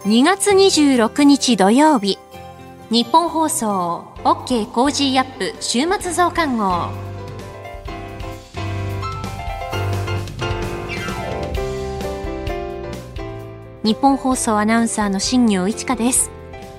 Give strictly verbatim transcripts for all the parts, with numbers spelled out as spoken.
にがつにじゅうろくにち土曜日、日本放送 OK コージーアップ週末増刊号。日本放送アナウンサーの新業一華です。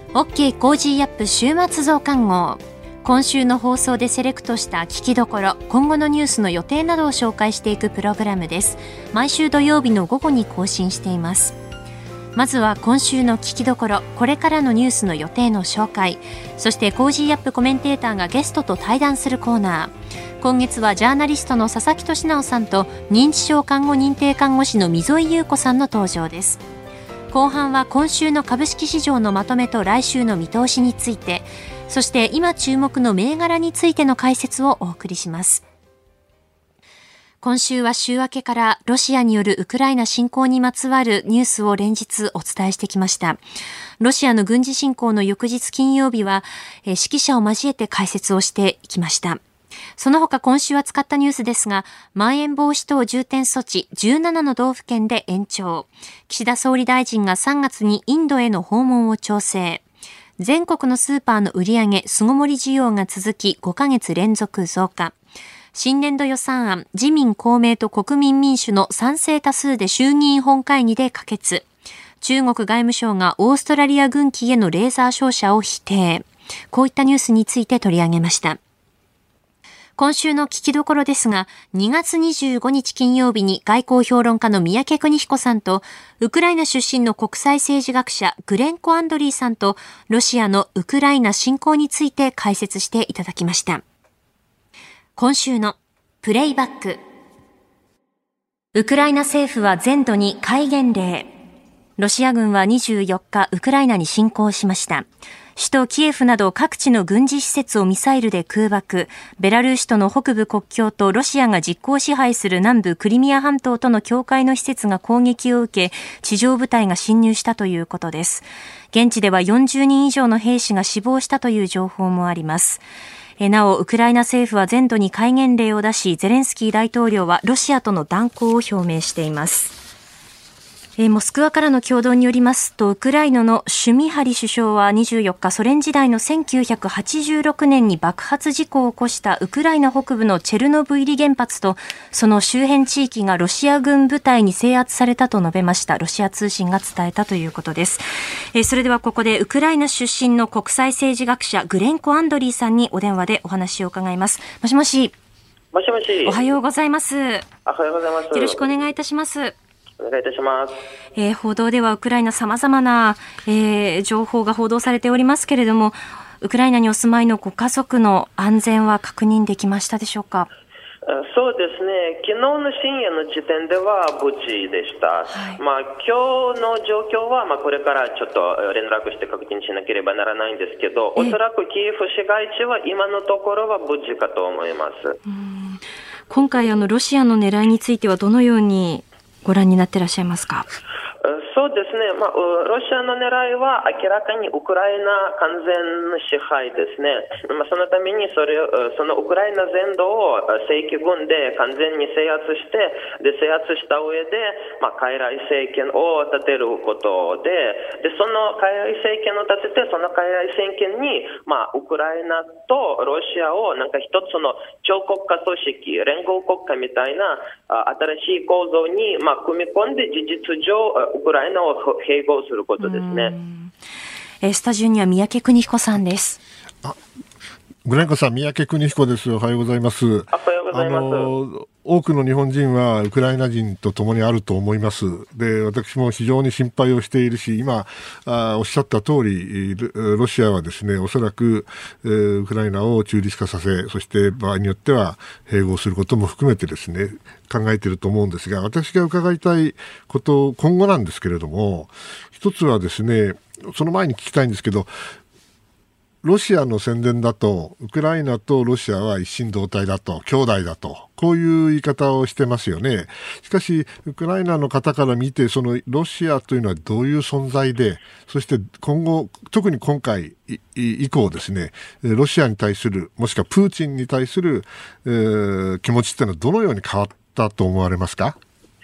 OK コージーアップ週末増刊号、今週の放送でセレクトした聞きどころ、今後のニュースの予定などを紹介していくプログラムです。毎週土曜日の午後に更新しています。まずは今週の聞きどころ、これからのニュースの予定の紹介、そしてコージーアップコメンテーターがゲストと対談するコーナー。今月はジャーナリストの佐々木俊直さんと認知症看護認定看護師の溝井優子さんの登場です。後半は今週の株式市場のまとめと来週の見通しについて、そして今注目の銘柄についての解説をお送りします。今週は週明けからロシアによるウクライナ侵攻にまつわるニュースを連日お伝えしてきました。ロシアの軍事侵攻の翌日金曜日は、えー、指揮者を交えて解説をしてきました。その他今週扱ったニュースですが、まん延防止等重点措置じゅうななの道府県で延長。岸田総理大臣がさんがつにインドへの訪問を調整。全国のスーパーの売上巣ごもり需要が続きごかげつ連続増加。新年度予算案、自民公明と国民民主の賛成多数で衆議院本会議で可決。中国外務省がオーストラリア軍機へのレーザー照射を否定。こういったニュースについて取り上げました。今週の聞きどころですが、にがつにじゅうごにち金曜日に外交評論家の三宅邦彦さんと、ウクライナ出身の国際政治学者グレンコ・アンドリーさんと、ロシアのウクライナ侵攻について解説していただきました。今週のプレイバック。ウクライナ政府は全土に戒厳令。ロシア軍はにじゅうよっかウクライナに侵攻しました。首都キエフなど各地の軍事施設をミサイルで空爆。ベラルーシとの北部国境とロシアが実効支配する南部クリミア半島との境界の施設が攻撃を受け、地上部隊が侵入したということです。現地ではよんじゅうにん以上の兵士が死亡したという情報もあります。なお、ウクライナ政府は全土に戒厳令を出し、ゼレンスキー大統領はロシアとの断交を表明しています。えモスクワからの共同によりますと、ウクライナのシュミハリ首相はにじゅうよっか、ソ連時代のせんきゅうひゃくはちじゅうろくねんに爆発事故を起こしたウクライナ北部のチェルノブイリ原発とその周辺地域がロシア軍部隊に制圧されたと述べました。ロシア通信が伝えたということです。えそれではここでウクライナ出身の国際政治学者グレンコ・アンドリーさんにお電話でお話を伺います。もしもし。 もしもし。 おはようございます。 おはようございます。 よろしくお願いいたします。 お願いいたします。 えー、報道ではウクライナ様々な、えー、情報が報道されておりますけれども、ウクライナにお住まいのご家族の安全は確認できましたでしょうか？ そうですね。昨日の深夜の時点では無事でした。はい、まあ今日の状況はまあこれからちょっと連絡して確認しなければならないんですけど、おそらくキエフ市街地は今のところは無事かと思います。 うん、今回あのロシアの狙いについてはどのようにご覧になっていらっしゃいますか？ そうですね、まあ、ロシアの狙いは明らかにウクライナ完全支配ですね。まあ、そのためにそれそのウクライナ全土を正規軍で完全に制圧してで制圧した上で、まあ、傀儡政権を立てることで、でその傀儡政権を立ててその傀儡政権に、まあ、ウクライナとロシアをなんか一つの超国家組織連合国家みたいな新しい構造に、まあ、組み込んで事実上ウクライナを併合することですね。 えスタジオには三宅邦彦さんです。 あ、グレンコさん、三宅邦彦です。おはようございます。おはようございます。あの多くの日本人はウクライナ人と共にあると思います。で、私も非常に心配をしているし、今あおっしゃった通り、ロシアはですね、おそらくウクライナを中立化させ、そして場合によっては併合することも含めてですね、考えていると思うんですが、私が伺いたいこと、今後なんですけれども、一つはですね、その前に聞きたいんですけど、ロシアの宣伝だとウクライナとロシアは一心同体だと、兄弟だと、こういう言い方をしてますよね。しかしウクライナの方から見て、そのロシアというのはどういう存在で、そして今後特に今回以降ですね、ロシアに対する、もしくはプーチンに対する、えー、気持ちっていうのはどのように変わったと思われますか？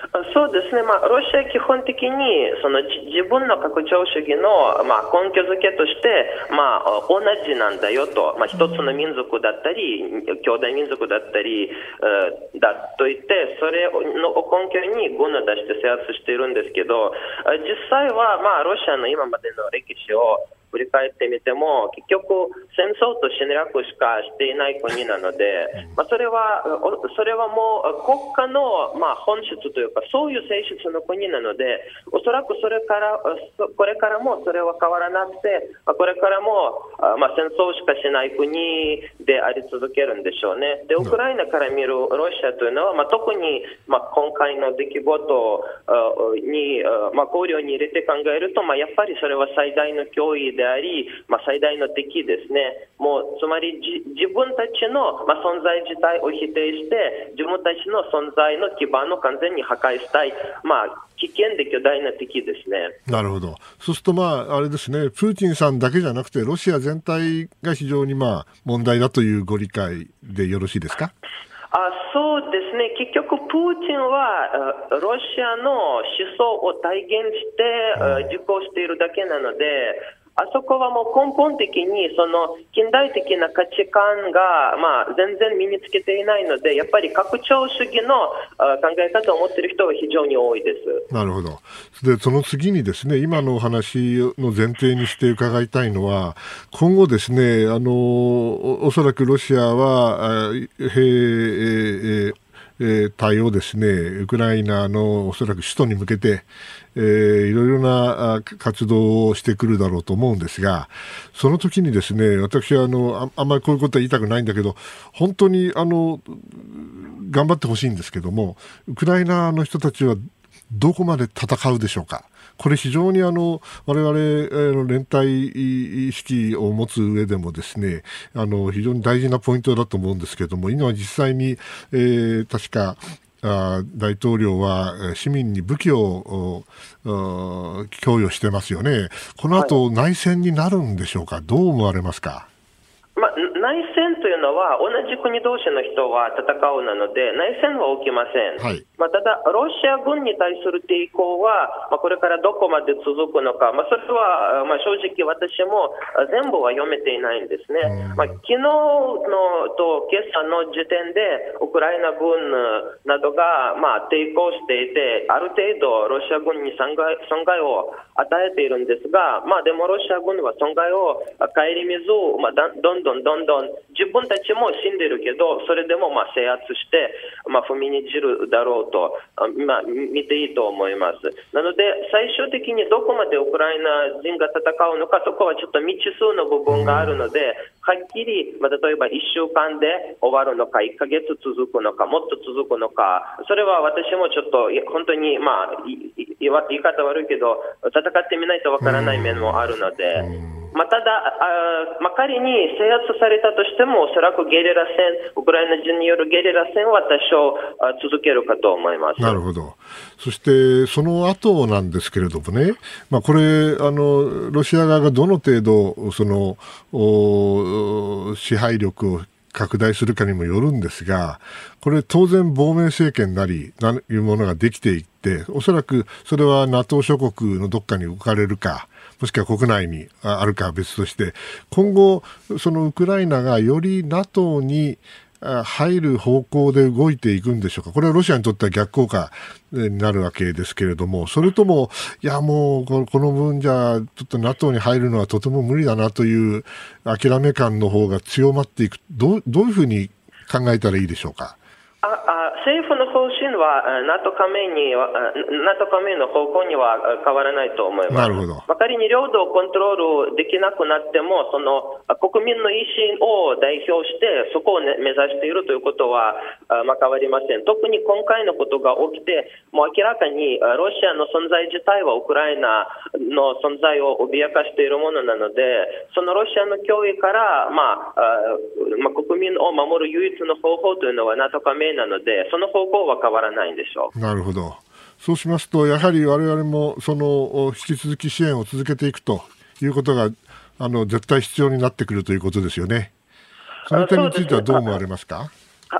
そうですね、まあ、ロシアは基本的にその自分の拡張主義の、まあ、根拠づけとして、まあ、同じなんだよと、まあ、一つの民族だったり兄弟民族だったり、うん、だと言ってそれの根拠に軍を出して制圧しているんですけど、実際は、まあ、ロシアの今までの歴史を振り返ってみても結局戦争と侵略しかしていない国なので、まあ、それはそれはもう国家のまあ本質というかそういう性質の国なので、おそらくそれからこれからもそれは変わらなくて、まあ、これからもまあ戦争しかしない国であり続けるんでしょうね。でウクライナから見るロシアというのは、まあ、特にまあ今回の出来事にまあ考慮に入れて考えると、まあ、やっぱりそれは最大の脅威でであり、まあ、最大の敵ですね。もうつまりじ自分たちの、まあ、存在自体を否定して自分たちの存在の基盤を完全に破壊したい、まあ、危険で巨大な敵ですね。 なるほど。そうすると、まあ、あれですね、プーチンさんだけじゃなくてロシア全体が非常に、まあ、問題だというご理解でよろしいですか？ あそうですね、結局、プーチンはロシアの思想を体現して実行しているだけなので、あそこはもう根本的にその近代的な価値観が、まあ、全然身につけていないので、やっぱり拡張主義の考え方を持っている人が非常に多いです。 なるほど。でその次にですね、今のお話の前提にして伺いたいのは、今後ですね、あのおそらくロシアは兵、えー隊をですね、ウクライナのおそらく首都に向けて、えー、いろいろな活動をしてくるだろうと思うんですが、その時にですね、私はあの あ, あんまりこういうことは言いたくないんだけど、本当にあの頑張ってほしいんですけども、ウクライナの人たちはどこまで戦うでしょうか。これ非常にあの我々の連帯意識を持つ上でもですね、あの非常に大事なポイントだと思うんですけれども、今実際に、えー、確かあ大統領は市民に武器を供与してますよね。この後、内戦になるんでしょうか。どう思われますか。 まあ、内戦というのは同じ国同士の人は戦うなので内戦は起きません、はい。まあ、ただロシア軍に対する抵抗は、まあ、これからどこまで続くのか、まあ、それは、まあ、正直私も全部は読めていないんですね。まあ、昨日のと今朝の時点でウクライナ軍などが、まあ、抵抗していて、ある程度ロシア軍に損害、損害を与えているんですが、まあ、でもロシア軍は損害を顧みず、まあ、どんどんどんどん自分たちも死んでるけどそれでもまあ制圧して、まあ、踏みにじるだろうと、まあ、見ていいと思います。なので最終的にどこまでウクライナ人が戦うのか、そこはちょっと未知数の部分があるので、はっきり、まあ、例えばいっしゅうかんで終わるのかいっかげつ続くのかもっと続くのか、それは私もちょっと本当に、まあ、言い方悪いけど戦ってみないとわからない面もあるので、まあ、ただあ、まあ、仮に制圧されたとしてもおそらくゲリラ戦、ウクライナ人によるゲリラ戦は多少続けるかと思います。 なるほど。そしてその後なんですけれどもね、まあ、これあのロシア側がどの程度その支配力を拡大するかにもよるんですが、これ当然亡命政権なりないうものができていって、おそらくそれは ナトー 諸国のどっかに置かれるか、もしくは国内にあるかは別として、今後そのウクライナがより ナトー に入る方向で動いていくんでしょうか。これはロシアにとっては逆効果になるわけですけれども、それともいやもうこの分じゃちょっと ナトー に入るのはとても無理だなという諦め感の方が強まっていく。どう、どういうふうに考えたらいいでしょうか。 ああ政府の方針は ナトー 加盟に ナトー 加盟の方向には変わらないと思います。 なるほど。 仮に領土をコントロールできなくなっても、その国民の意思を代表してそこを、ね、目指しているということは、まあ、変わりません。特に今回のことが起きて、もう明らかにロシアの存在自体はウクライナの存在を脅かしているものなので、そのロシアの脅威から、まあまあ、国民を守る唯一の方法というのは ナトー 加盟なので、その方向は変わらないんでしょう。 なるほど。そうしますと、やはり我々もその引き続き支援を続けていくということがあの絶対必要になってくるということですよね。その点についてはどう思われますか。 はい。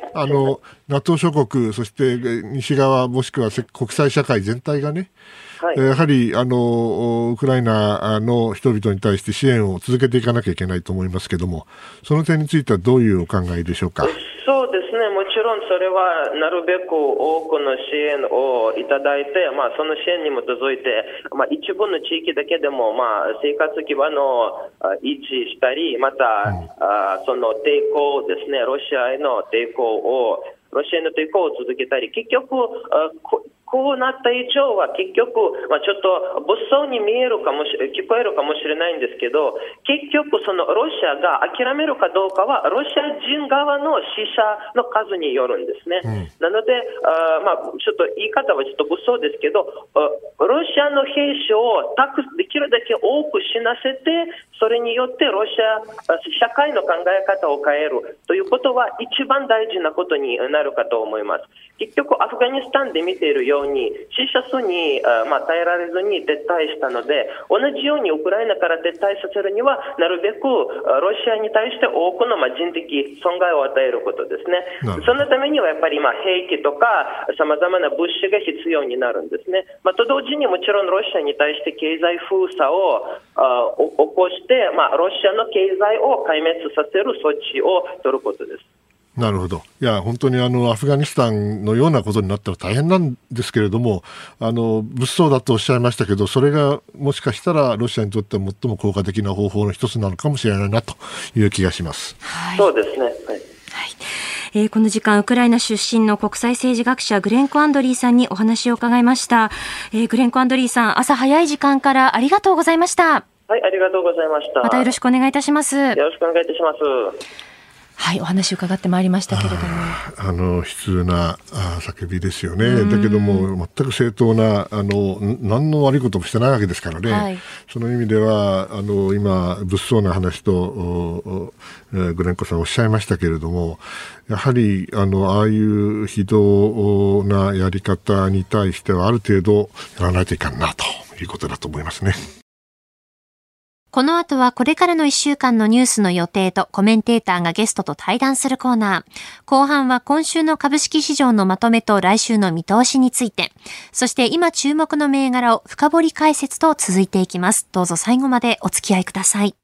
あの NATO 諸国、そして西側もしくは国際社会全体がね、はい、やはりあのウクライナの人々に対して支援を続けていかなきゃいけないと思いますけれども、その点についてはどういうお考えでしょうか。 そうですね、もちろんそれはなるべく多くの支援をいただいて、まあ、その支援に基づいて、まあ、一部の地域だけでも、まあ、生活基盤を維持したり、また、うん、あその抵抗ですね、ロシアへの抵抗をロシアへの抵抗を続けたり、結局あここうなった以上は結局、まあ、ちょっと物騒に見えるかもし聞こえるかもしれないんですけど、結局そのロシアが諦めるかどうかはロシア人側の死者の数によるんですね、うん、なのであ、まあ、ちょっと言い方はちょっと物騒ですけど、ロシアの兵士をたくできるだけ多く死なせて、それによってロシア社会の考え方を変えるということは一番大事なことになるかと思います。結局アフガニスタンで見ているように死者数に、まあ、耐えられずに撤退したので、同じようにウクライナから撤退させるにはなるべくロシアに対して多くの、まあ、人的損害を与えることですね。そのためにはやっぱり、まあ、兵器とかさまざまな物資が必要になるんですね、まあ、と同時にもちろんロシアに対して経済封鎖をあ起こして、まあ、ロシアの経済を壊滅させる措置を取ることです。 なるほど。いや、本当にあのアフガニスタンのようなことになったら大変なんですけれども、あの物騒だとおっしゃいましたけど、それがもしかしたらロシアにとっては最も効果的な方法の一つなのかもしれないなという気がします。 はい、そうですね。はい。 えー、この時間ウクライナ出身の国際政治学者グレンコ・アンドリーさんにお話を伺いました。えー、グレンコ・アンドリーさん、朝早い時間からありがとうございました。 はい、ありがとうございました。 またよろしくお願いいたします。よろしくお願いいたします。 はい、お話を伺ってまいりましたけれども、 あの悲痛なあ叫びですよね。だけども全く正当なあの何の悪いこともしてないわけですからね、はい、その意味ではあの今物騒な話とグレンコさんおっしゃいましたけれども、やはりあのああいう非道なやり方に対してはある程度やらないといかんなということだと思いますね。 この後はこれからのいっしゅうかんのニュースの予定とコメンテーターがゲストと対談するコーナー。後半は今週の株式市場のまとめと来週の見通しについて、そして今注目の銘柄を深掘り解説と続いていきます。どうぞ最後までお付き合いください。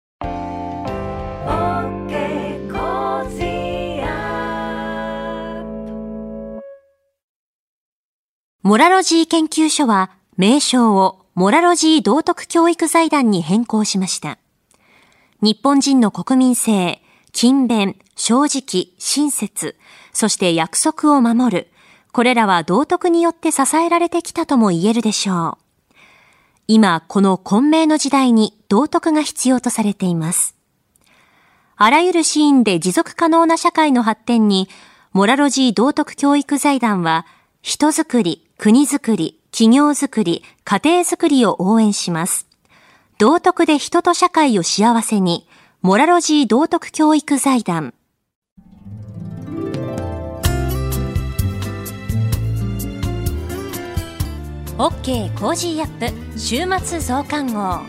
モラロジー研究所は名称をモラロジー道徳教育財団に変更しました。日本人の国民性、勤勉、正直、親切、そして約束を守る。これらは道徳によって支えられてきたとも言えるでしょう。今、この混迷の時代に道徳が必要とされています。あらゆるシーンで持続可能な社会の発展に、モラロジー道徳教育財団は、人づくり、国づくり、企業づくり、家庭づくりを応援します。道徳で人と社会を幸せに、モラロジー道徳教育財団。OK コージーアップ週末増刊号。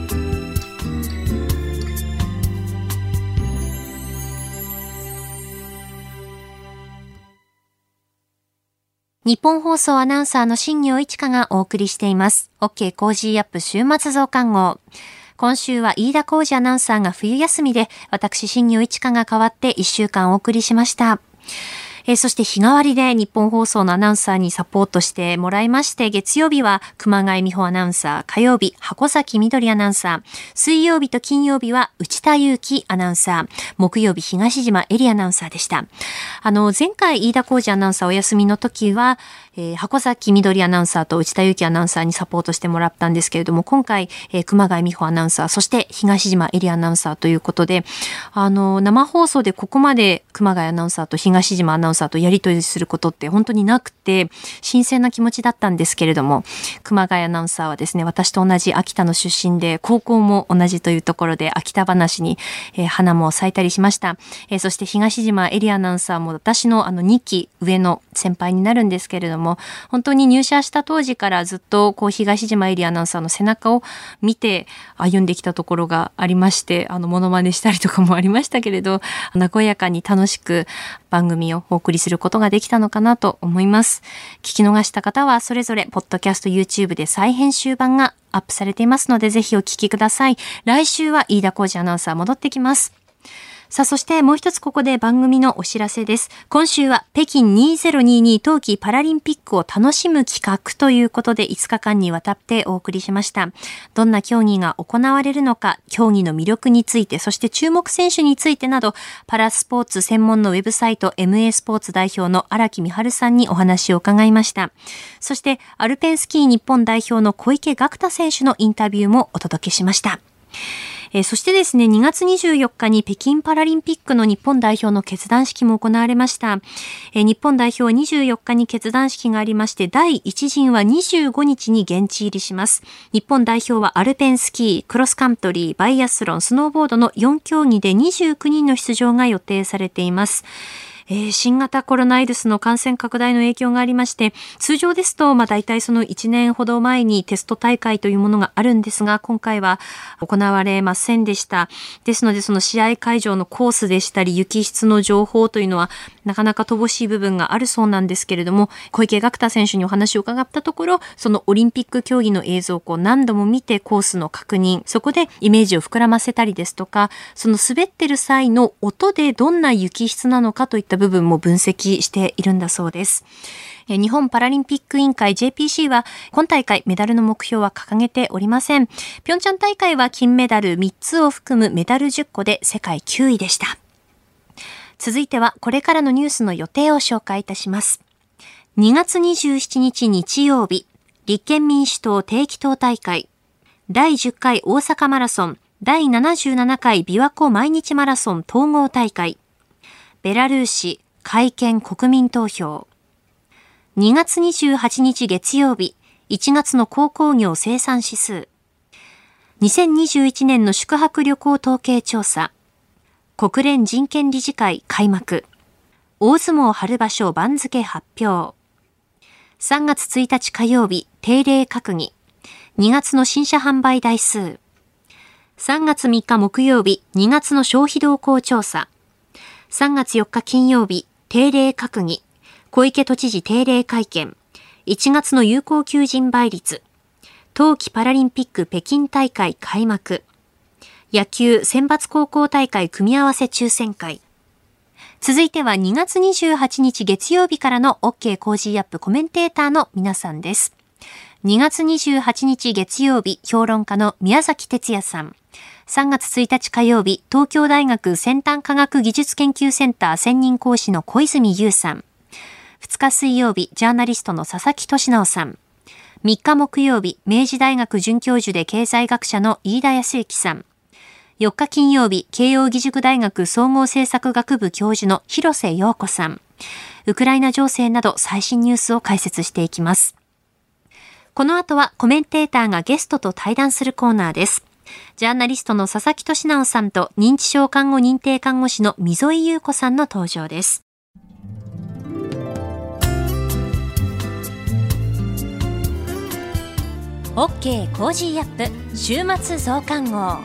日本放送アナウンサーの新業一華がお送りしています。OK コージーアップ週末増刊号。今週は飯田浩二アナウンサーが冬休みで、私新業一華が代わっていっしゅうかんお送りしました。えー、そして日替わりで日本放送のアナウンサーにサポートしてもらいまして、月曜日は熊谷美穂アナウンサー、火曜日箱崎みどりアナウンサー、水曜日と金曜日は内田裕樹アナウンサー、木曜日東島エリアナウンサーでした。あの前回飯田浩二アナウンサーお休みの時は、えー、箱崎みどりアナウンサーと内田裕樹アナウンサーにサポートしてもらったんですけれども、今回、えー、熊谷美穂アナウンサー、そして東島エリアナウンサーということで、あの生放送でここまで熊谷アナウンサーと東島アナウンサーサーとやり取りすることって本当になくて、新鮮な気持ちだったんですけれども、熊谷アナウンサーはですね、私と同じ秋田の出身で、高校も同じというところで、秋田話に、えー、花も咲いたりしました。えー、そして東島エリアナウンサーも私のあのにき上の先輩になるんですけれども、本当に入社した当時からずっとこう東島エリアナウンサーの背中を見て歩んできたところがありまして、あのモノマネしたりとかもありましたけれど、和やかに楽しく番組をお送りすることができたのかなと思います。聞き逃した方はそれぞれポッドキャスト YouTube で再編集版がアップされていますので、ぜひお聞きください。来週は飯田浩二アナウンサー戻ってきます。さあ、そしてもう一つここで番組のお知らせです。今週は北京にせんにじゅうに冬季パラリンピックを楽しむ企画ということでいつかかんにわたってお送りしました。どんな競技が行われるのか、競技の魅力について、そして注目選手についてなど、パラスポーツ専門のウェブサイト エムエー スポーツ代表の荒木美春さんにお話を伺いました。そしてアルペンスキー日本代表の小池岳太選手のインタビューもお届けしました。えー、そしてですね、にがつにじゅうよっかに北京パラリンピックの日本代表の結団式も行われました。えー、日本代表はにじゅうよっかに結団式がありまして、だいいち陣はにじゅうごにちに現地入りします。日本代表はアルペンスキー、クロスカントリー、バイアスロン、スノーボードのよんきょうぎでにじゅうきゅうにんの出場が予定されています。えー、新型コロナウイルスの感染拡大の影響がありまして、通常ですと、まあ大体そのいちねんほど前にテスト大会というものがあるんですが、今回は行われませんでした。ですので、その試合会場のコースでしたり、雪質の情報というのは、なかなか乏しい部分があるそうなんですけれども、小池岳太選手にお話を伺ったところ、そのオリンピック競技の映像をこう何度も見てコースの確認、そこでイメージを膨らませたりですとか、その滑ってる際の音でどんな雪質なのかといった部分も分析しているんだそうです。日本パラリンピック委員会 ジェーピーシー は今大会メダルの目標は掲げておりません。ピョンチャン大会は金メダルみっつを含むメダルじゅっこで世界きゅういでした。続いてはこれからのニュースの予定を紹介いたします。にがつにじゅうしちにち日曜日、立憲民主党定期党大会、だいじゅっかい大阪マラソン、だいななじゅうななかい琵琶湖毎日マラソン統合大会、ベラルーシ改憲国民投票。にがつにじゅうはちにち月曜日、いちがつの鉱工業生産指数。にせんにじゅういちねんの宿泊旅行統計調査。国連人権理事会開幕。大相撲春場所番付発表。さんがつついたち火曜日、定例閣議。にがつの新車販売台数。さんがつみっか木曜日、にがつの消費動向調査。さんがつよっか金曜日、定例閣議、小池都知事定例会見、いちがつの有効求人倍率、冬季パラリンピック北京大会開幕、野球選抜高校大会組み合わせ抽選会。続いてはにがつにじゅうはちにち月曜日からの OK コージーアップコメンテーターの皆さんです。にがつにじゅうはちにち月曜日、評論家の宮崎哲也さん。さんがつついたち火曜日、東京大学先端科学技術研究センター専任講師の小泉悠さん。ふつか水曜日、ジャーナリストの佐々木俊直さん。みっか木曜日、明治大学准教授で経済学者の飯田康之さん。よっか金曜日、慶應義塾大学総合政策学部教授の広瀬陽子さん。ウクライナ情勢など最新ニュースを解説していきます。この後はコメンテーターがゲストと対談するコーナーです。ジャーナリストの佐々木俊直さんと認知症看護認定看護師の溝井優子さんの登場です。OK コージーアップ週末増刊号。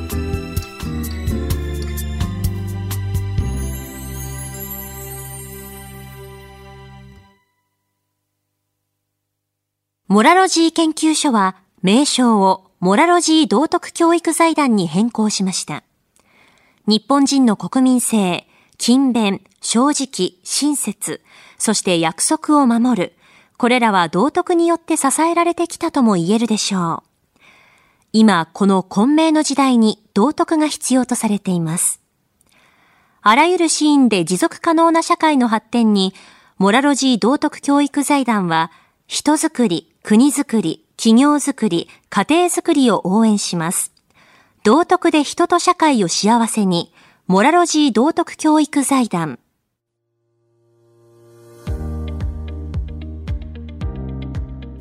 モラロジー研究所は名称をモラロジー道徳教育財団に変更しました。日本人の国民性、勤勉、正直、親切、そして約束を守る。これらは道徳によって支えられてきたとも言えるでしょう。今、この混迷の時代に道徳が必要とされています。あらゆるシーンで持続可能な社会の発展に、モラロジー道徳教育財団は、人づくり、国づくり、企業づくり、家庭づくりを応援します。道徳で人と社会を幸せに、モラロジー道徳教育財団。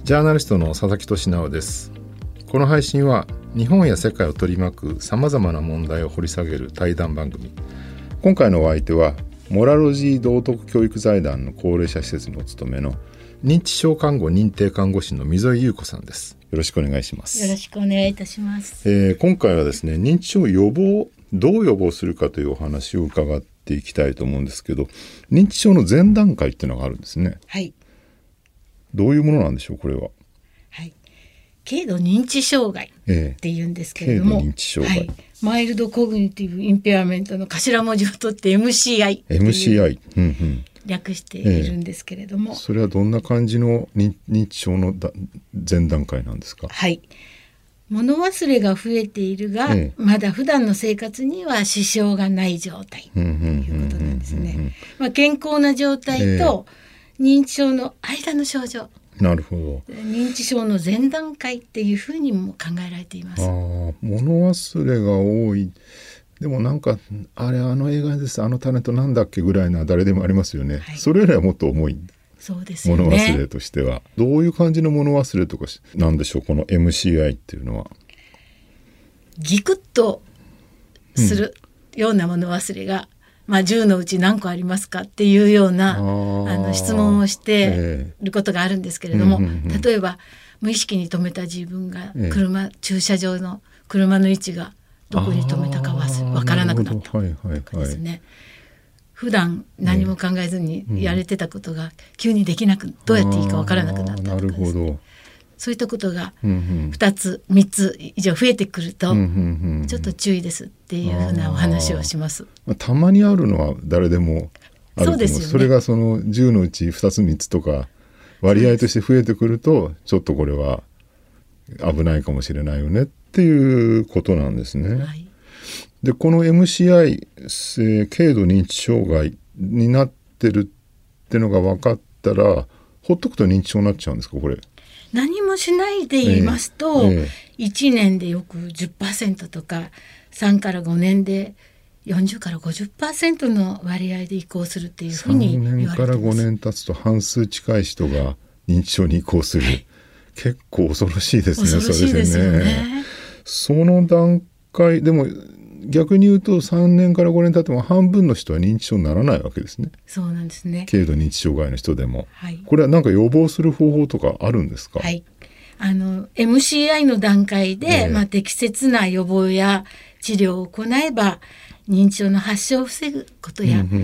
ジャーナリストの佐々木俊直です。この配信は日本や世界を取り巻くさまざまな問題を掘り下げる対談番組。今回のお相手はモラロジー道徳教育財団の高齢者施設にお勤めの認知症看護認定看護師の溝井優子さんです。よろしくお願いします。 よろしくお願いいたします。 えー、今回はですね、認知症予防、どう予防するかというお話を伺っていきたいと思うんですけど、認知症の前段階っていうのがあるんですね。 はい。 どういうものなんでしょう、これは。 はい。軽度認知障害っていうんですけれども、 えー、軽度認知障害、はい、 マイルドコグニティブインペアメントの頭文字を取って エムシーアイ っていうエムシーアイ、うんうん、 略しているんですけれども、 えー、それはどんな感じの認知症の前段階なんですか。 はい。物忘れが増えているが、ええ、まだ普段の生活には支障がない状態ということなんですね。まあ、健康な状態と認知症の間の症状、 ええ、なるほど。 認知症の前段階っていうふうにも考えられています。あ、 物忘れが多い。でもなんかあれあの映画です、あのタレントなんだっけぐらいな誰でもありますよね、はい、それよりはもっと重い。 そうですよね、 物忘れとしてはどういう感じの物忘れとかなんでしょう、この エムシーアイ っていうのは。 ギクッとするような物忘れが、うん、まあ、じゅうのうち何個ありますかっていうようなあの質問をしていることがあるんですけれども、えーうんうんうん、例えば無意識に止めた自分が車、えー、駐車場の車の位置がどこに止めたかは分からなくなったとかですね、はいはいはい、普段何も考えずにやれてたことが急にできなく、どうやっていいか分からなくなったとかですね、なるほど。そういったことがふたつみっつ以上増えてくると、うんうんうん、ちょっと注意ですっていうふうなお話をします。 たまにあるのは誰でもあると思う。そうですよね。それがそのじゅうのうちふたつみっつとか割合として増えてくると、ちょっとこれは危ないかもしれないよねっていうことなんですね、はい、でこの エムシーアイ、えー、軽度認知障害になってるってのが分かったらほっとくと認知症になっちゃうんですか。これ何もしないでいますと、えーえー、いちねんでよく じゅっパーセント とかさんからごねんでよんじゅうからごじゅっパーセント の割合で移行するっていうふうに言われてます。さんねんからごねん経つと半数近い人が認知症に移行する、はい、結構恐ろしいですね。 恐ろしいですよね。 その段階でも逆に言うとさんねんからごねん経っても半分の人は認知症にならないわけですね。 そうなんですね。 軽度認知障害の人でも、はい、これは何か予防する方法とかあるんですか。 はい、あの エムシーアイ の段階で、えーまあ、適切な予防や治療を行えば認知症の発症を防ぐことや、うんうんうん、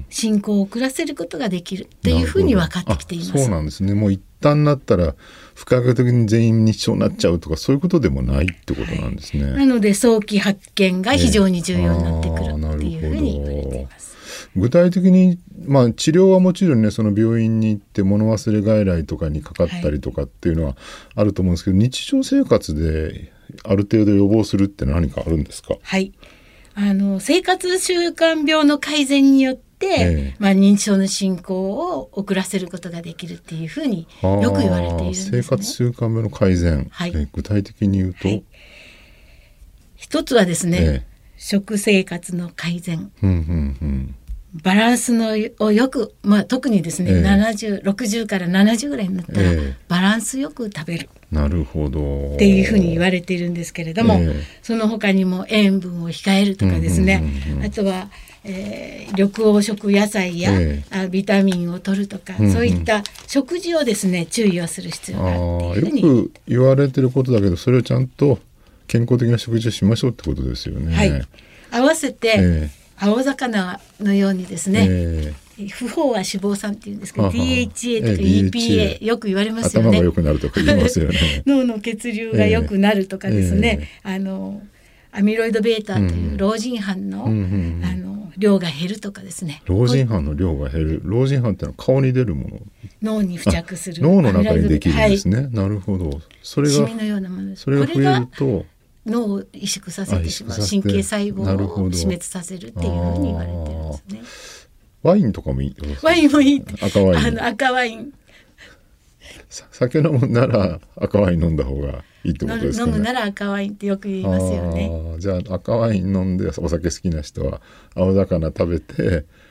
進行を遅らせることができるというふうに分かってきています。 そうなんですね。もう一旦なったら不可逆的に全員認知症になっちゃうとかそういうことでもないってことなんですね、はい、 なので早期発見が非常に重要になってくるっていうふうに言われています。 具体的に、まあ、治療はもちろんね、その病院に行って物忘れ外来とかにかかったりとかっていうのはあると思うんですけど、はい、日常生活である程度予防するって何かあるんですか。 はい、あの生活習慣病の改善によってで、ええまあ、認知症の進行を遅らせることができるっていうふうによく言われているんですね。 生活習慣病の改善、はい、え具体的に言うと、はい、 一つはですね、ええ、食生活の改善、 うんうんうん、 バランスのをよく、まあ、特にですね、ええ、ななじゅう、ろくじゅうからななじゅうぐらいになったら、ええ、バランスよく食べる。 なるほどっていうふうに言われているんですけれども、ええ、その他にも塩分を控えるとかですね、うんうんうんうん、あとはえー、緑黄色野菜や、えー、ビタミンを取るとか、うんうん、そういった食事をですね注意をする必要があるっていうふうによく言われてることだけど、それをちゃんと健康的な食事をしましょうってことですよね。 はい、合わせて、えー、青魚のようにですね、えー、不飽和脂肪酸っていうんですけど ディーエイチエー とか イーピーエー、えー、よく言われますよね。 頭が良くなるとか言いますよね脳の血流が良くなるとかですね、えー、あのアミロイド β という老人斑の、うんうんうん、あの量が減るとかですね。 老人斑の量が減る。老人斑ってのは顔に出るもの。 脳に付着する。 脳の中にできるんですね。はい、なるほど。それがシミのようなものです。 それが増えると脳を萎縮させてしまう。神経細胞を死滅させるっていうふうに言われてるんですね。 ワインとかもいい。 ワインもいい。 赤ワイン。 あの赤ワイン。 酒飲むなら赤ワイン飲んだ方がいいってことですかね。 飲むなら赤ワインってよく言いますよね。 あじゃあ赤ワイン飲んでお酒好きな人は青魚食べて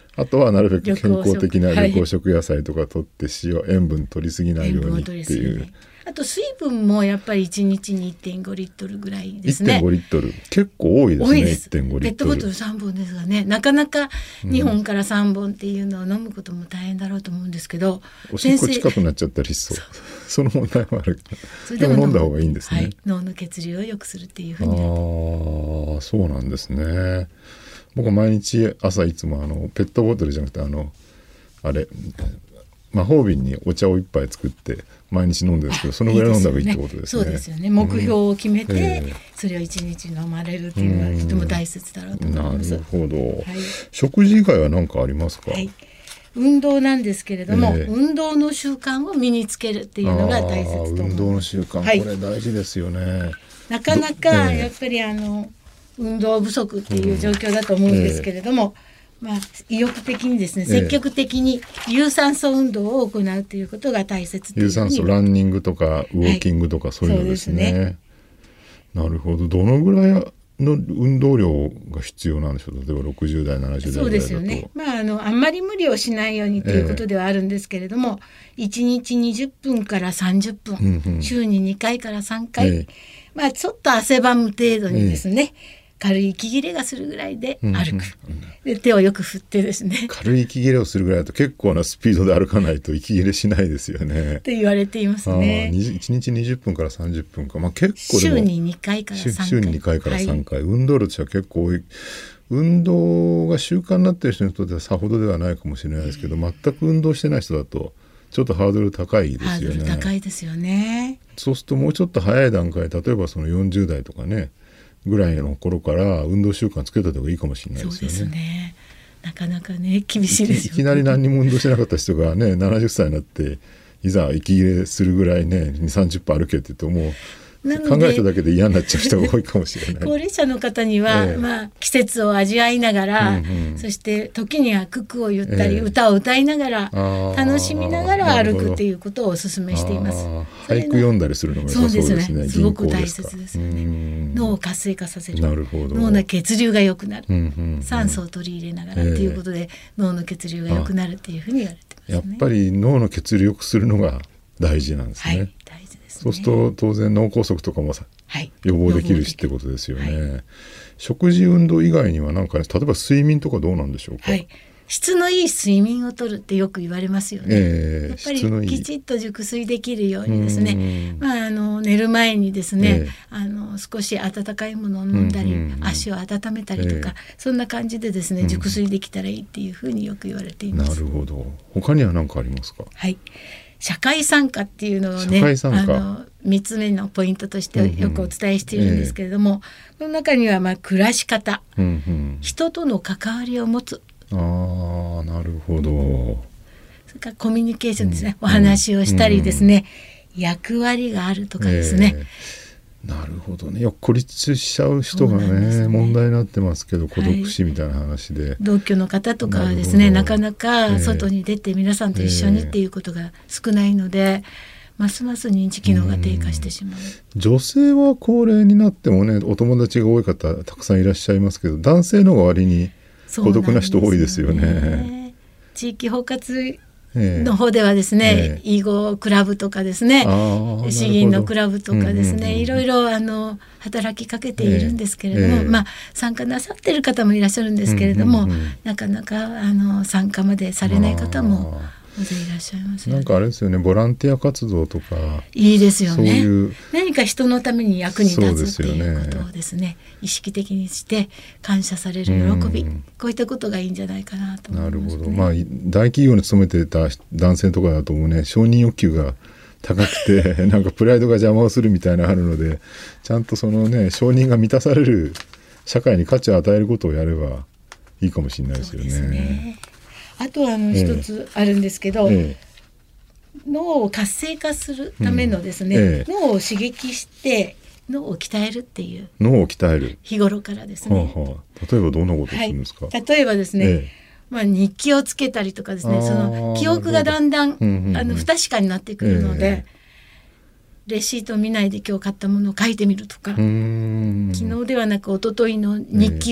あとはなるべく健康的な緑黄色野菜とか取って塩、塩分取りすぎないようにっていう。 あと水分もやっぱりいちにちに いってんご リットルぐらいですね。 いってんご リットル結構多いですね。 多いです。 いってんご リットルペットボトルさんぼんですがね、なかなかにほんからさんぼんっていうのを飲むことも大変だろうと思うんですけど、 おしっこ近くなっちゃったりしそう。その問題もある。それでも飲んだ方がいいんですね。 はい、脳の血流を良くするっていうふうに。 ああ、そうなんですね。僕は毎日朝いつもあのペットボトルじゃなくてあのあれ魔法瓶にお茶を一杯作って毎日飲んでるんですけど、そのぐらい飲んだ方がいいってことですね。 そうですよね。目標を決めて、うんえー、それを一日飲まれるっていうのはとても大切だろうと思います。 なるほど、はい、 食事以外は何かありますか？ はい、運動なんですけれども、えー、運動の習慣を身につけるっていうのが大切と思います。 運動の習慣、はい、これ大事ですよね。 なかなかやっぱりあの、えー、運動不足っていう状況だと思うんですけれども、うんえーまあ、意欲的にですね、積極的に有酸素運動を行うということが大切というふうに。 有酸素、ランニングとかウォーキングとか、はい、そういうのですね。そうですね。なるほど。どのぐらいの運動量が必要なんでしょう。例えばろくじゅうだいななじゅうだいぐらいだと。そうですよね。まあ、あのあんまり無理をしないようにということではあるんですけれども、えー、いちにちにじゅっぷんからさんじゅっぷん、うんうん、週ににかいからさんかい、えーまあ、ちょっと汗ばむ程度にですね、えー軽い息切れがするぐらいで歩く、うんうんうん、で手をよく振ってですね、軽い息切れをするぐらいだと結構なスピードで歩かないと息切れしないですよねって言われていますね。 いちにちにじゅっぷんからさんじゅっぷんか、まあ、結構でも週ににかいからさんかい、 週ににかいからさんかい、はい、運動量としては結構多い。運動が習慣になっている人にとってはさほどではないかもしれないですけど、全く運動してない人だとちょっとハードル高いですよね。 ハードル高いですよね。 そうするともうちょっと早い段階、例えばそのよんじゅうだいとかねぐらいの頃から運動習慣つけた方がいいかもしれないですよね。 そうですね。なかなかね厳しいですよね。 いきなり何にも運動してなかった人がねななじゅっさいになっていざ息切れするぐらいねにじゅう、さんじゅっぷん歩けって言ってもう考えただけで嫌になっちゃう人が多いかもしれない。 高齢者の方には、えーまあ、季節を味わいながら、うんうん、そして時には九九を言ったり、えー、歌を歌いながら楽しみながら歩くっていうことをお勧めしています。 俳句読んだりするのも良さそうですね。 そうですね。すごく大切ですよね。脳を活性化させる。 なるほど。 脳の血流が良くなる、うんうんうん、酸素を取り入れながらっていうことで、えー、脳の血流が良くなるっていうふうに言われてますね。 やっぱり脳の血流を良くするのが大事なんですね。はい、大事ですね。そうすると当然脳梗塞とかもさ、はい、予防できるしってことですよね。はい、食事運動以外には何か、ね、例えば睡眠とかどうなんでしょうか。 はい、質のいい睡眠をとるってよく言われますよね。えー、やっぱりきちっと熟睡できるようにですね、まあ、あの寝る前にですね、えー、あの少し温かいものを飲んだり、うんうんうん、足を温めたりとか、えー、そんな感じでですね熟睡できたらいいっていうふうによく言われています。 なるほど。他には何かありますか。 はい、社会参加っていうのをね、あのみっつめのポイントとしてよくお伝えしているんですけれども、うんうんえー、その中にはまあ暮らし方、うんうん、人との関わりを持つ、 あー、なるほど。 それからコミュニケーションですね、うん、お話をしたりですね、うん、役割があるとかですね、 えー、なるほどね。孤立しちゃう人が ね, ね問題になってますけど、孤独死みたいな話で、はい、 同居の方とかはですね な, なかなか外に出て皆さんと一緒にっていうことが少ないので、えーますます認知機能が低下してしまう。 女性は高齢になってもねお友達が多い方たくさんいらっしゃいますけど、男性の方が割に孤独な人多いですよね。 そうなんですよね。地域包括の方ではですね、えー、囲碁クラブとかですね、詩吟のクラブとかですね、うんうんうん、いろいろあの働きかけているんですけれども、えーえーまあ、参加なさっている方もいらっしゃるんですけれども、うんうんうん、なかなかあの参加までされない方も大勢いらっしゃいますよね。 なんかあれですよね、ボランティア活動とかいいですよね。 そういう何か人のために役に立つっていうことをですね、意識的にして感謝される喜び、こういったことがいいんじゃないかなと思いますね。 なるほど。まあ大企業に勤めてた男性とかだともうね、承認欲求が高くてなんかプライドが邪魔をするみたいなのあるので、ちゃんとそのね承認が満たされる社会に価値を与えることをやればいいかもしれないですよ ね, そうですね。 あとはあの一つあるんですけど、ええ、脳を活性化するためのですね、うんええ、脳を刺激して脳を鍛えるっていう、 脳を鍛える日頃からですね、 はあはあ、例えばどんなことするんですか。 はい、例えばですね、ええまあ、日記をつけたりとかですね、その記憶がだんだん、うんうんうん、あの不確かになってくるので、ええ、レシートを見ないで今日買ったものを書いてみるとか、うーん昨日ではなく一昨日の日記を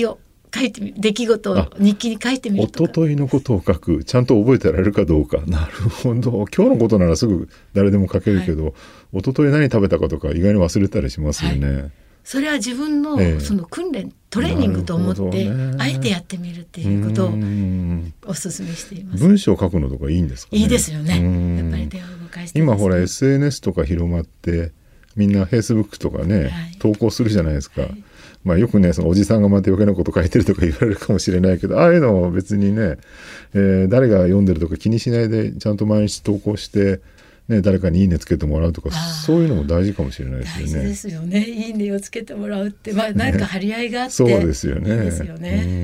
書いてみる、出来事を日記に書いてみるとか。 一昨日のことを書く、ちゃんと覚えてられるかどうか。なるほど。今日のことならすぐ誰でも書けるけど、はい、一昨日何食べたかとか意外に忘れたりしますよね。はい、 それは自分のその訓練、ええ、トレーニングと思って、ね、あえてやってみるっていうことをお勧めしています。 文章を書くのとかいいんですかね。 いいですよね。やっぱり手を動かして、 今ほら エスエヌエス とか広まってみんな フェイスブック とかね、はい、投稿するじゃないですか。はい、まあ、よくねそのおじさんがまた余計なこと書いてるとか言われるかもしれないけど、ああいうのを別にね、えー、誰が読んでるとか気にしないでちゃんと毎日投稿してね、誰かにいいねつけてもらうとか、そういうのも大事かもしれないですよね。 大事ですよね。いいねをつけてもらうって、まあ、なんか張り合いがあって、ね、 そうですよね。 いいですよね。 うん、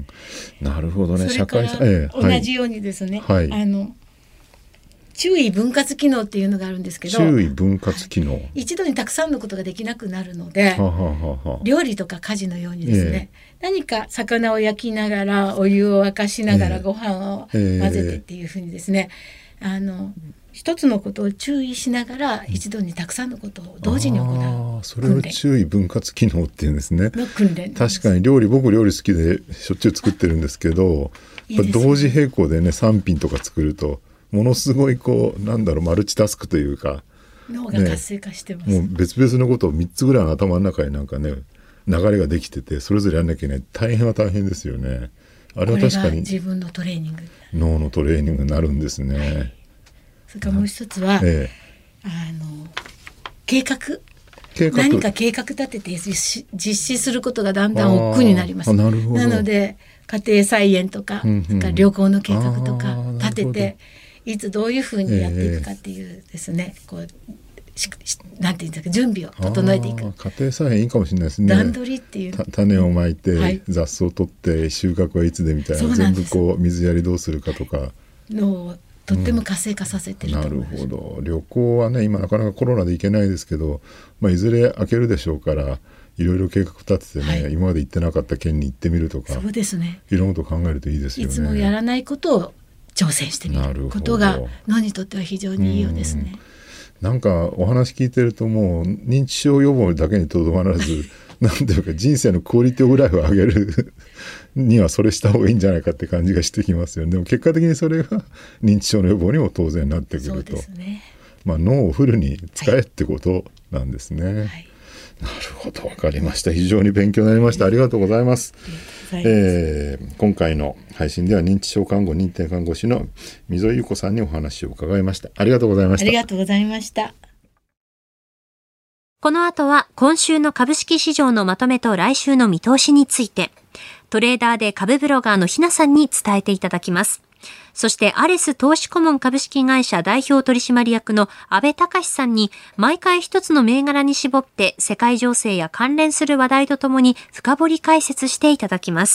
なるほどね。 それから社会、ええ、 同じようにですね、 はい、 あの注意分割機能っていうのがあるんですけど、 注意分割機能、はい、 一度にたくさんのことができなくなるので、ははは料理とか家事のようにですね、えー、何か魚を焼きながらお湯を沸かしながらご飯を混ぜてっていうふうにですね、えー、あの一つのことを注意しながら一度にたくさんのことを同時に行う訓練、 あ、それを注意分割機能っていうんですね。 の訓練。 確かに料理、僕料理好きでしょっちゅう作ってるんですけど、いいですね、同時並行でねさん品とか作るとものすごいこうなんだろうマルチタスクというか脳が活性化してます、 ね、もう別々のことをみっつぐらいの頭の中になんかね流れができてて、それぞれやんなきゃいけない。大変は大変ですよね。あれは確かに自分のトレーニング、 脳のトレーニングになるんですね。はい、 それからもう一つは、ええ、あの計画計画何か計画立てて実施、実施することがだんだん億劫になります。 なるほど。 なので家庭菜園とか、うんうん、旅行の計画とか立てて、いつどういうふうにやっていくかっていうですね、えー、こうなんていうんですか、準備を整えていく。 家庭菜園いいかもしれないですね。 段取りっていう、 種をまいて、 はい、 雑草を取って収穫はいつでみたいな、全部こう水やりどうするかとかのをとっても活性化させてると思います。 うん、なるほど。旅行はね今なかなかコロナで行けないですけど、まあ、いずれ開けるでしょうからいろいろ計画立ててね、はい、今まで行ってなかった県に行ってみるとか、 そうですね、 いろんなことを考えるといいですよね。 いつもやらないことを挑戦してみることが脳にとっては非常にいいようですね。 なんかお話聞いてるともう認知症予防だけにとどまらずなんていうか人生のクオリティオブライフを上げるにはそれした方がいいんじゃないかって感じがしてきますよね。でも結果的にそれが認知症の予防にも当然なってくると、そうですね、まあ、脳をフルに使えってことなんですね。はいはい、なるほど、わかりました。非常に勉強になりました。ありがとうございます。えー、今回の配信では認知症看護認定看護師の溝井優子さんにお話を伺いました。ありがとうございました。 ありがとうございました。 この後は今週の株式市場のまとめと来週の見通しについて、トレーダーで株ブロガーのひなさんに伝えていただきます。そしてアレス投資顧問株式会社代表取締役の阿部隆さんに毎回一つの銘柄に絞って世界情勢や関連する話題とともに深掘り解説していただきます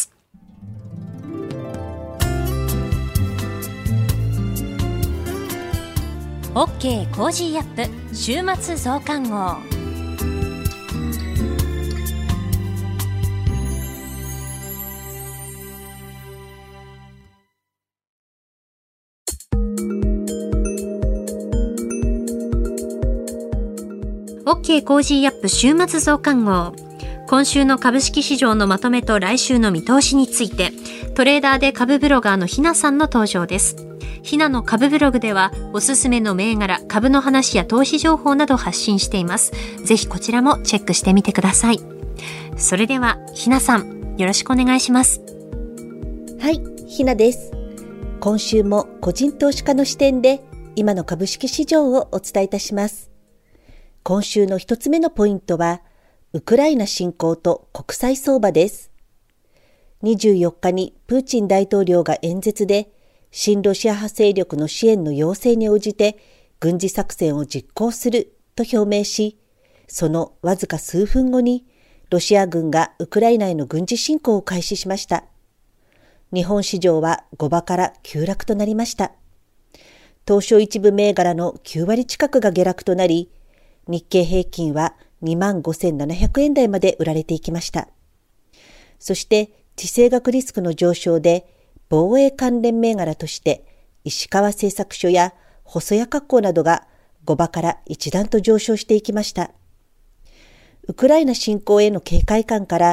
。OK コージーアップ週末増刊号。OK コージーアップ週末増刊号。今週の株式市場のまとめと来週の見通しについて、トレーダーで株ブロガーのひなさんの登場です。ひなの株ブログではおすすめの銘柄、株の話や投資情報など発信しています。ぜひこちらもチェックしてみてください。それではひなさん、よろしくお願いします。 はい、ひなです。今週も個人投資家の視点で今の株式市場をお伝えいたします。今週の一つ目のポイントは、ウクライナ侵攻と国際相場です。にじゅうよっかにプーチン大統領が演説で、親ロシア派勢力の支援の要請に応じて軍事作戦を実行すると表明し、そのわずか数分後にロシア軍がウクライナへの軍事侵攻を開始しました。日本市場は後場から急落となりました。東証一部銘柄のきゅうわり近くが下落となり、日経平均は にまんごせんななひゃくえん台まで売られていきました。そして地政学リスクの上昇で防衛関連銘柄として石川製作所や細谷加工などが後場から一段と上昇していきました。ウクライナ侵攻への警戒感から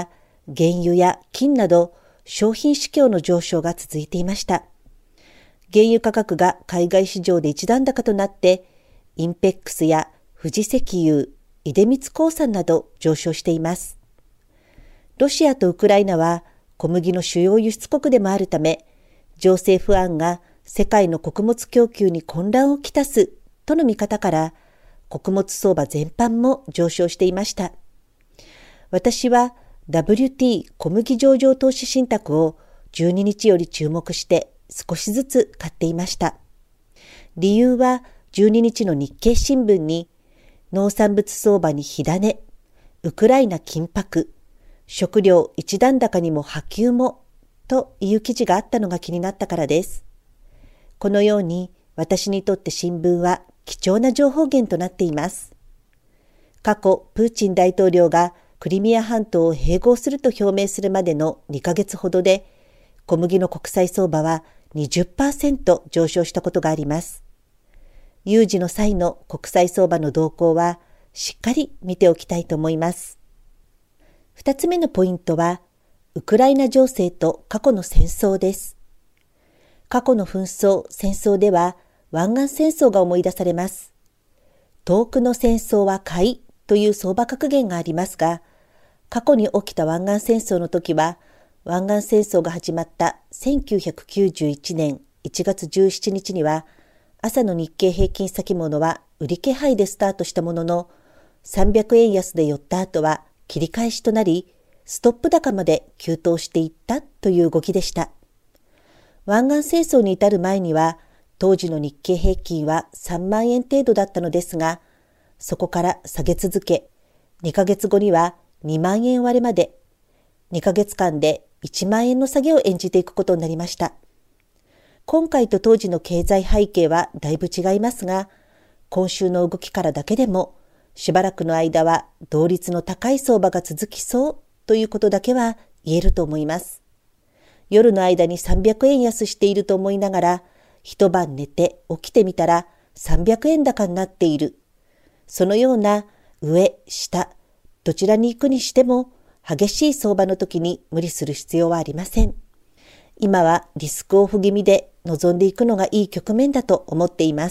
原油や金など商品市況の上昇が続いていました。原油価格が海外市場で一段高となって、インペックスや富士石油、出光興産など上昇しています。ロシアとウクライナは小麦の主要輸出国でもあるため、情勢不安が世界の穀物供給に混乱をきたすとの見方から、穀物相場全般も上昇していました。私は ダブリューティー 小麦上場投資信託をじゅうににちより注目して少しずつ買っていました。理由はじゅうににちの日経新聞に農産物相場に火種、ウクライナ緊迫、食料一段高にも波及もという記事があったのが気になったからです。このように私にとって新聞は貴重な情報源となっています。過去、プーチン大統領がクリミア半島を併合すると表明するまでのにかげつほどで、小麦の国際相場は にじゅっパーセント 上昇したことがあります。有事の際の国際相場の動向はしっかり見ておきたいと思います。二つ目のポイントは、ウクライナ情勢と過去の戦争です。過去の紛争、戦争では湾岸戦争が思い出されます。遠くの戦争は買いという相場格言がありますが、過去に起きた湾岸戦争の時は、湾岸戦争が始まったせんきゅうひゃくきゅうじゅういちねんいちがつじゅうしちにちには、朝の日経平均先物は売り気配でスタートしたものの、さんびゃくえん安で寄った後は切り返しとなり、ストップ高まで急騰していったという動きでした。湾岸戦争に至る前には、当時の日経平均はさんまんえん程度だったのですが、そこから下げ続け、にかげつごにはにまんえん割れまで、にかげつかんでいちまんえんの下げを演じていくことになりました。今回と当時の経済背景はだいぶ違いますが、今週の動きからだけでも、しばらくの間は同率の高い相場が続きそうということだけは言えると思います。夜の間にさんびゃくえん安していると思いながら、一晩寝て起きてみたらさんびゃくえん高になっている。そのような上、下、どちらに行くにしても激しい相場の時に無理する必要はありません。今はリスクオフ気味で臨んでいくのがいい局面だと思っています。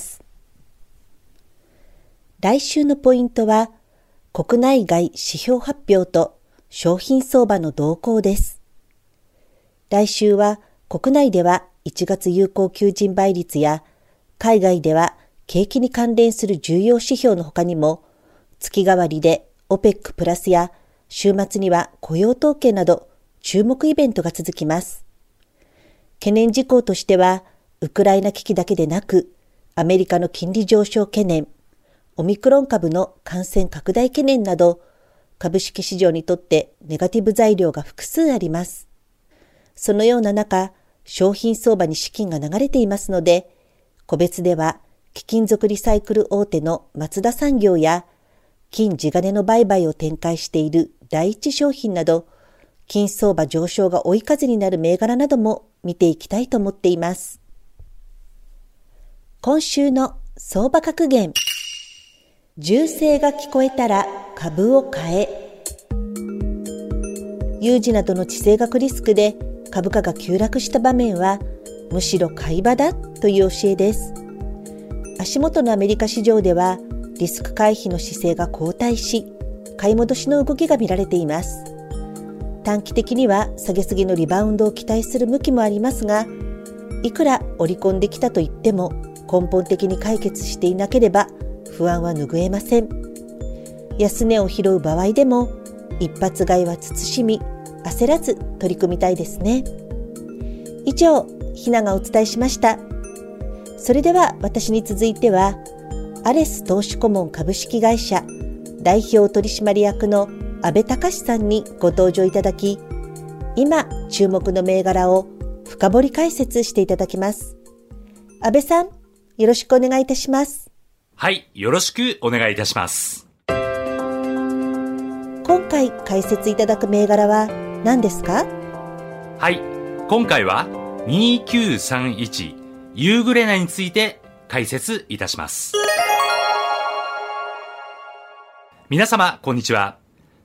来週のポイントは、国内外指標発表と商品相場の動向です。来週は国内ではいちがつ有効求人倍率や、海外では景気に関連する重要指標の他にも、月替わりで オペック プラスや週末には雇用統計など注目イベントが続きます。懸念事項としては、ウクライナ危機だけでなく、アメリカの金利上昇懸念、オミクロン株の感染拡大懸念など、株式市場にとってネガティブ材料が複数あります。そのような中、商品相場に資金が流れていますので、個別では貴金属リサイクル大手の松田産業や、金地金の売買を展開している第一商品など、金相場上昇が追い風になる銘柄なども見ていきたいと思っています。今週の相場格言。銃声が聞こえたら株を買え。有事などの地政学リスクで株価が急落した場面はむしろ買い場だという教えです。足元のアメリカ市場ではリスク回避の姿勢が後退し、買い戻しの動きが見られています。短期的には下げすぎのリバウンドを期待する向きもありますが、いくら織り込んできたといっても根本的に解決していなければ不安は拭えません。安値を拾う場合でも一発買いは慎み、焦らず取り組みたいですね。以上、ひながお伝えしました。それでは私に続いては、アレス投資顧問株式会社代表取締役の安倍隆さんにご登場いただき、今注目の銘柄を深掘り解説していただきます。安倍さん、よろしくお願いいたします。 はい、よろしくお願いいたします。 今回解説いただく銘柄は何ですか？ はい、今回はにきゅうさんいちユーグレナについて解説いたします。皆様こんにちは。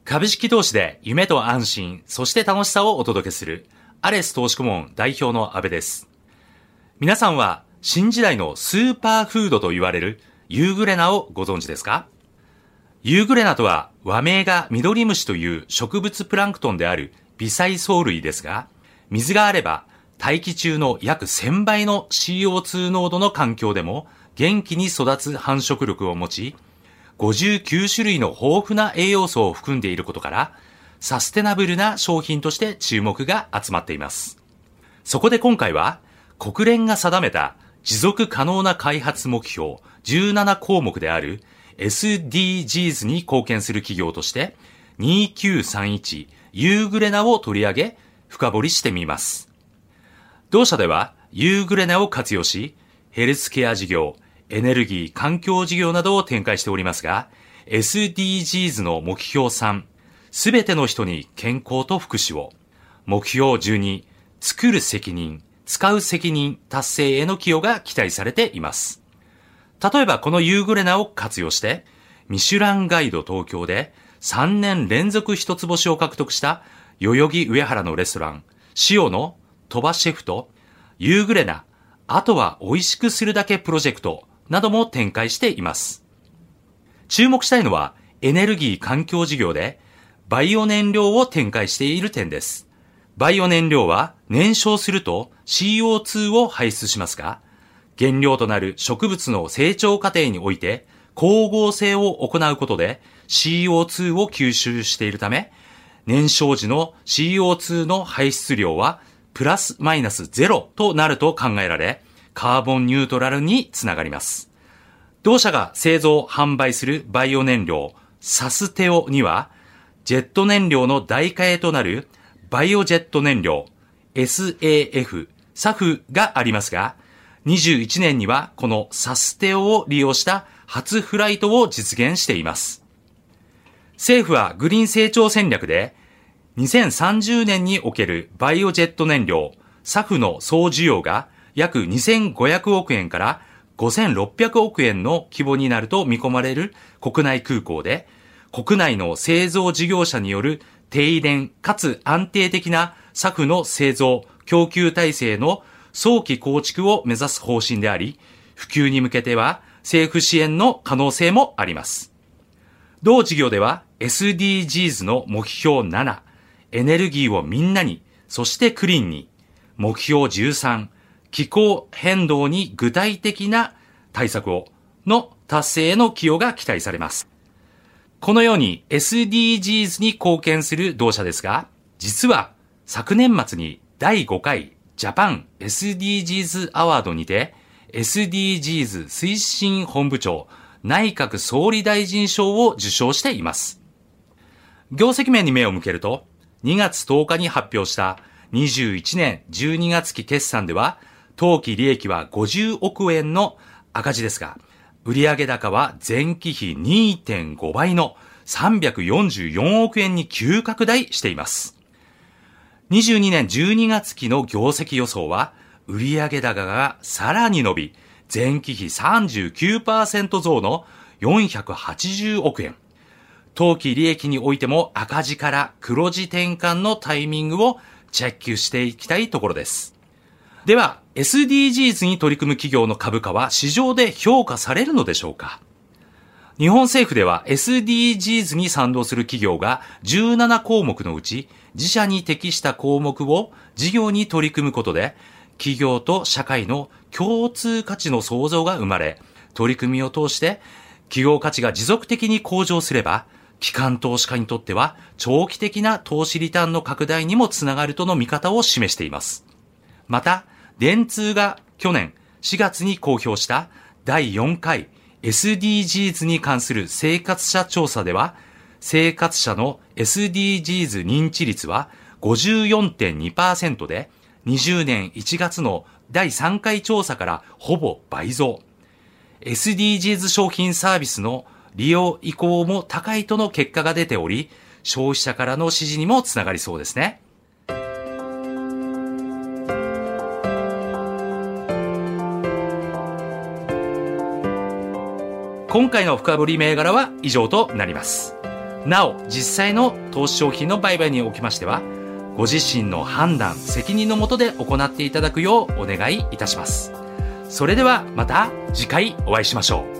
株式投資で夢と安心、そして楽しさをお届けするアレス投資顧問代表の安部です。皆さんは新時代のスーパーフードと言われるユーグレナをご存知ですか？ユーグレナとは和名がミドリムシという植物プランクトンである微細藻類ですが、水があれば大気中の約せんばいの シーオーツー 濃度の環境でも元気に育つ繁殖力を持ち、ごじゅうきゅうしゅるいの豊富な栄養素を含んでいることから、サステナブルな商品として注目が集まっています。そこで今回は、国連が定めた持続可能な開発目標じゅうななこうもくである エスディージーズ に貢献する企業として、にーきゅうさんいちユーグレナを取り上げ、深掘りしてみます。同社では、ユーグレナを活用し、ヘルスケア事業、エネルギー、環境事業などを展開しておりますが、エスディージーズ の目標さん、すべての人に健康と福祉を、目標じゅうに、作る責任、使う責任達成への寄与が期待されています。例えばこのユーグレナを活用して、ミシュランガイド東京でさんねん連続一つ星を獲得した代々木上原のレストラン、シオの鳥羽シェフと、ユーグレナ、あとは美味しくするだけプロジェクトなども展開しています。注目したいのはエネルギー環境事業でバイオ燃料を展開している点です。バイオ燃料は燃焼すると シーオーツー を排出しますが、原料となる植物の成長過程において光合成を行うことで シーオーツー を吸収しているため、燃焼時の シーオーツー の排出量はプラスマイナスゼロとなると考えられ、カーボンニュートラルにつながります。同社が製造・販売するバイオ燃料サステオには、ジェット燃料の代替えとなるバイオジェット燃料 エスエーエフ、サフがありますが、にじゅういちねんにはこのサステオを利用した初フライトを実現しています。政府はグリーン成長戦略で、にせんさんじゅうねんにおけるバイオジェット燃料サフの総需要が約にせんごひゃくおくえんからごせんろっぴゃくおくえんの規模になると見込まれる国内空港で、国内の製造事業者による低廉かつ安定的なサフの製造・供給体制の早期構築を目指す方針であり、普及に向けては政府支援の可能性もあります。同事業では エスディージーズ の目標なな、エネルギーをみんなに、そしてクリーンに、目標じゅうさん、気候変動に具体的な対策をの達成への寄与が期待されます。このように エスディージーズ に貢献する同社ですが、実は昨年末にだいごかいジャパン エスディージーズ アワードにて エスディージーズ 推進本部長内閣総理大臣賞を受賞しています。業績面に目を向けると、にがつとおかに発表したにじゅういちねんじゅうにがつき決算では、当期利益はごじゅうおくえんの赤字ですが、売上高は前期比 にてんごばいのさんびゃくよんじゅうよんおくえんに急拡大しています。にじゅうにねんじゅうにがつきの業績予想は、売上高がさらに伸び、前期比 さんじゅうきゅうパーセント 増のよんひゃくはちじゅうおくえん。当期利益においても赤字から黒字転換のタイミングをチェックしていきたいところです。では、エスディージーズ に取り組む企業の株価は市場で評価されるのでしょうか？日本政府では エスディージーズ に賛同する企業がじゅうななこうもくのうち、自社に適した項目を事業に取り組むことで、企業と社会の共通価値の創造が生まれ、取り組みを通して企業価値が持続的に向上すれば、機関投資家にとっては長期的な投資リターンの拡大にもつながるとの見方を示しています。また、電通が去年しがつに公表しただいよんかい エスディージーズ に関する生活者調査では、生活者の エスディージーズ 認知率は ごじゅうよんてんにパーセント で、にじゅうねんいちがつのだいさんかい調査からほぼ倍増。エスディージーズ 商品サービスの利用意向も高いとの結果が出ており、消費者からの支持にもつながりそうですね。今回の深掘り銘柄は以上となります。 なお、実際の投資商品の売買におきましては、ご自身の判断、責任のもとで行っていただくようお願いいたします。それではまた次回お会いしましょ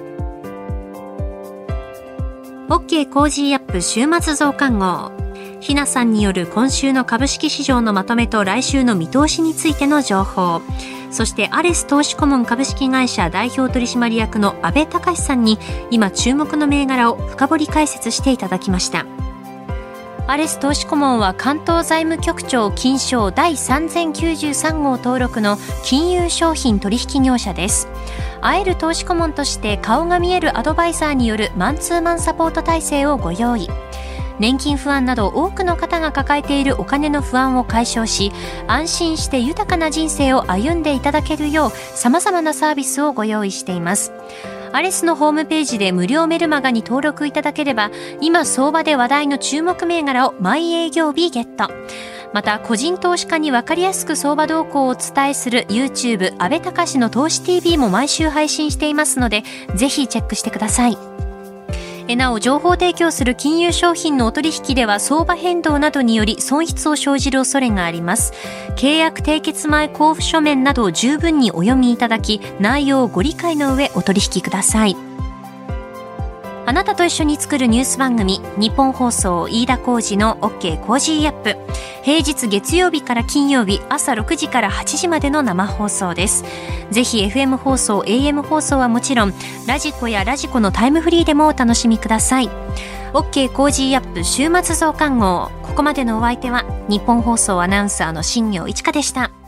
う。OK コージーアップ週末増刊号。ひなさんによる今週の株式市場のまとめと来週の見通しについての情報。そしてアレス投資顧問株式会社代表取締役の阿部隆さんに今注目の銘柄を深掘り解説していただきました。アレス投資顧問は関東財務局長金賞第さんぜんきゅうじゅうさん号登録の金融商品取引業者です。会える投資顧問として顔が見えるアドバイザーによるマンツーマンサポート体制をご用意。年金不安など多くの方が抱えているお金の不安を解消し、安心して豊かな人生を歩んでいただけるよう様々なサービスをご用意しています。アレスのホームページで無料メルマガに登録いただければ、今相場で話題の注目銘柄を毎営業日ゲット。また個人投資家に分かりやすく相場動向をお伝えする YouTube 阿部隆の投資 ティーブイ も毎週配信していますので、ぜひチェックしてください。なお、情報提供する金融商品のお取引では相場変動などにより損失を生じる恐れがあります。契約締結前交付書面などを十分にお読みいただき、内容をご理解の上お取引ください。あなたと一緒に作るニュース番組、日本放送飯田浩司の OK コージーアップ。平日月曜日から金曜日朝ろくじからはちじまでの生放送です。ぜひ エフエム 放送、エーエム 放送はもちろん、ラジコやラジコのタイムフリーでもお楽しみください。OK コージーアップ週末増刊号。ここまでのお相手は日本放送アナウンサーの新業一華でした。